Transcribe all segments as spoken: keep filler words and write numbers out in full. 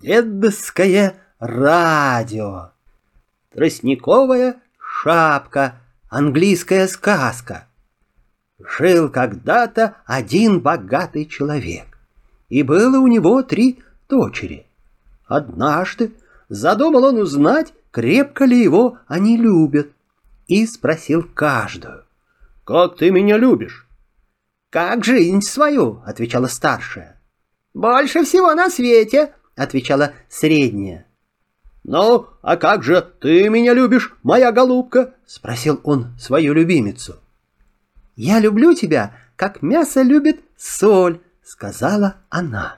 Дедовское радио. Тростниковая шапка. Английская сказка. Жил когда-то один богатый человек, и было у него три дочери. Однажды задумал он узнать, крепко ли его они любят, и спросил каждую: «Как ты меня любишь?» «Как жизнь свою», — отвечала старшая. «Больше всего на свете», — отвечала средняя. «Ну, а как же ты меня любишь, моя голубка?» — спросил он свою любимицу. «Я люблю тебя, как мясо любит соль», — сказала она.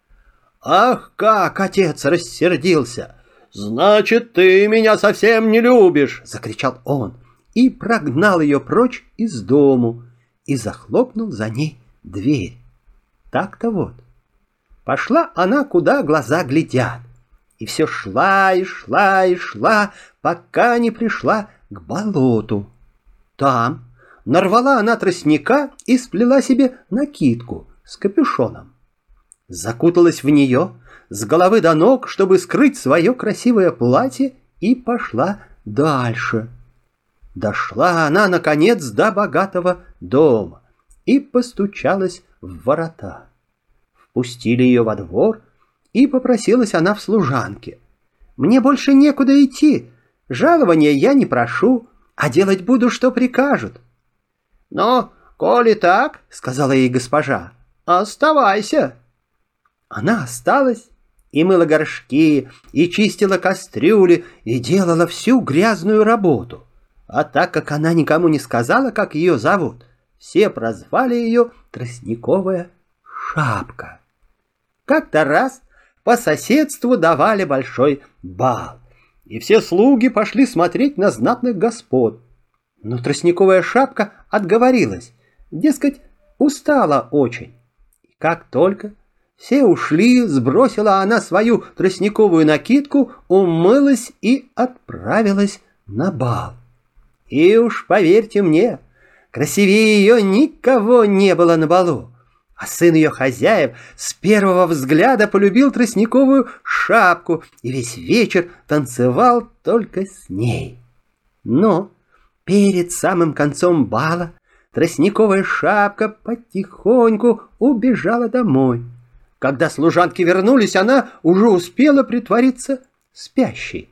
«Ах, как отец рассердился! Значит, ты меня совсем не любишь!» — закричал он и прогнал ее прочь из дому и захлопнул за ней дверь. Так-то вот. Пошла она, куда глаза глядят, и все шла и шла и шла, пока не пришла к болоту. Там нарвала она тростника и сплела себе накидку с капюшоном. Закуталась в нее с головы до ног, чтобы скрыть свое красивое платье, и пошла дальше. Дошла она, наконец, до богатого дома и постучалась в ворота. Впустили ее во двор, и попросилась она в служанке. «Мне больше некуда идти, жалования я не прошу, а делать буду, что прикажут». «Но, коли так, — сказала ей госпожа, — оставайся». Она осталась и мыла горшки, и чистила кастрюли, и делала всю грязную работу. А так как она никому не сказала, как ее зовут, все прозвали ее Тростниковая шапка. Как-то раз по соседству давали большой бал, и все слуги пошли смотреть на знатных господ. Но Тростниковая шапка отговорилась, дескать, устала очень. И как только все ушли, сбросила она свою тростниковую накидку, умылась и отправилась на бал. И уж поверьте мне, красивее ее никого не было на балу. А сын ее хозяев с первого взгляда полюбил тростниковую шапку и весь вечер танцевал только с ней. Но перед самым концом бала Тростниковая шапка потихоньку убежала домой. Когда служанки вернулись, она уже успела притвориться спящей.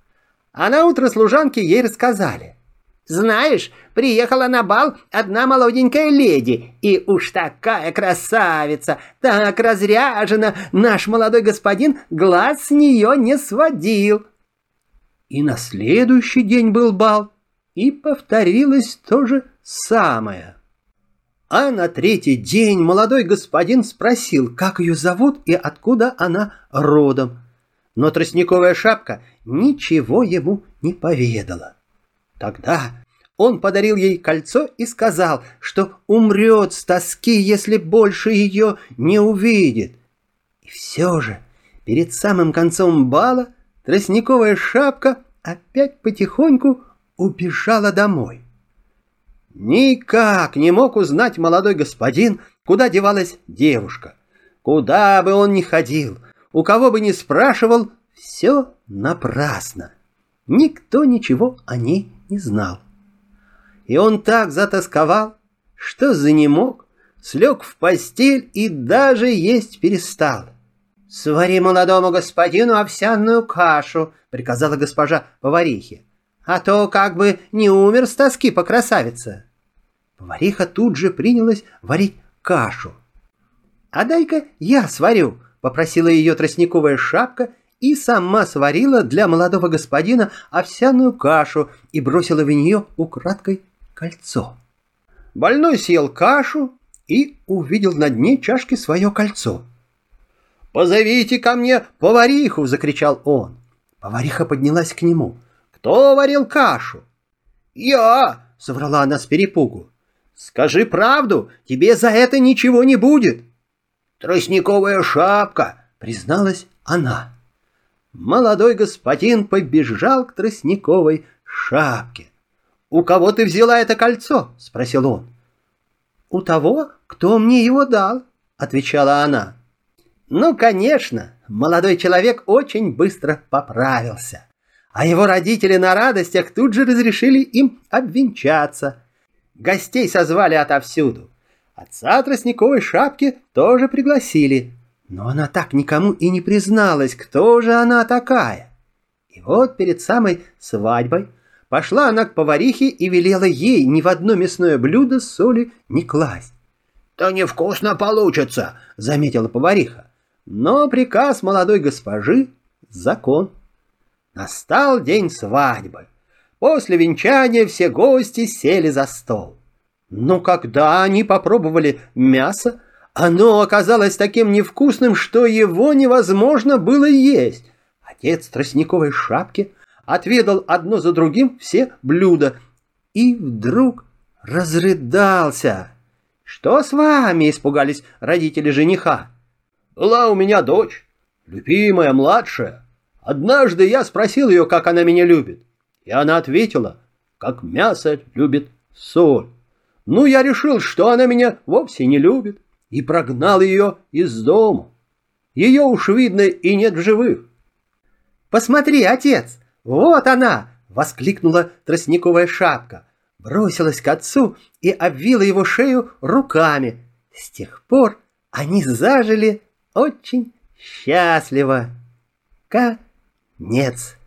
А на утро служанки ей рассказали: «Знаешь, приехала на бал одна молоденькая леди, и уж такая красавица, так разряжена, наш молодой господин глаз с нее не сводил». И на следующий день был бал, и повторилось то же самое. А на третий день молодой господин спросил, как ее зовут и откуда она родом. Но Тростниковая шапка ничего ему не поведала. Тогда он подарил ей кольцо и сказал, что умрет с тоски, если больше ее не увидит. И все же перед самым концом бала Тростниковая шапка опять потихоньку убежала домой. Никак не мог узнать молодой господин, куда девалась девушка. Куда бы он ни ходил, у кого бы ни спрашивал, все напрасно. Никто ничего о ней не знал. И он так затосковал, что занемог, слег в постель и даже есть перестал. «Свари молодому господину овсяную кашу», — приказала госпожа поварихе, «а то как бы не умер с тоски по красавице». Повариха тут же принялась варить кашу. «А дай-ка я сварю», — попросила ее Тростниковая шапка, и сама сварила для молодого господина овсяную кашу и бросила в нее украдкой кольцо. Больной съел кашу и увидел на дне чашки свое кольцо. «Позовите ко мне повариху!» — закричал он. Повариха поднялась к нему. «Кто варил кашу?» «Я!» — соврала она с перепугу. «Скажи правду, тебе за это ничего не будет». «Тростниковая шапка!» — призналась она. Молодой господин побежал к Тростниковой шапке. «У кого ты взяла это кольцо?» — спросил он. «У того, кто мне его дал», — отвечала она. Ну, конечно, молодой человек очень быстро поправился, а его родители на радостях тут же разрешили им обвенчаться. Гостей созвали отовсюду. Отца Тростниковой Шапки тоже пригласили, но она так никому и не призналась, кто же она такая. И вот перед самой свадьбой пошла она к поварихе и велела ей ни в одно мясное блюдо соли не класть. «Да невкусно получится», — заметила повариха. Но приказ молодой госпожи — закон. Настал день свадьбы. После венчания все гости сели за стол. Но когда они попробовали мясо, оно оказалось таким невкусным, что его невозможно было есть. Отец Тростниковой Шапки отведал одно за другим все блюда и вдруг разрыдался. «Что с вами?» — испугались родители жениха. «Была у меня дочь, любимая, младшая. Однажды я спросил ее, как она меня любит, и она ответила, как мясо любит соль. Ну, я решил, что она меня вовсе не любит, и прогнал ее из дому. Ее уж видно и нет в живых». «Посмотри, отец, вот она!» — воскликнула Тростниковая Шапка, бросилась к отцу и обвила его шею руками. С тех пор они зажили очень счастливо. Конец.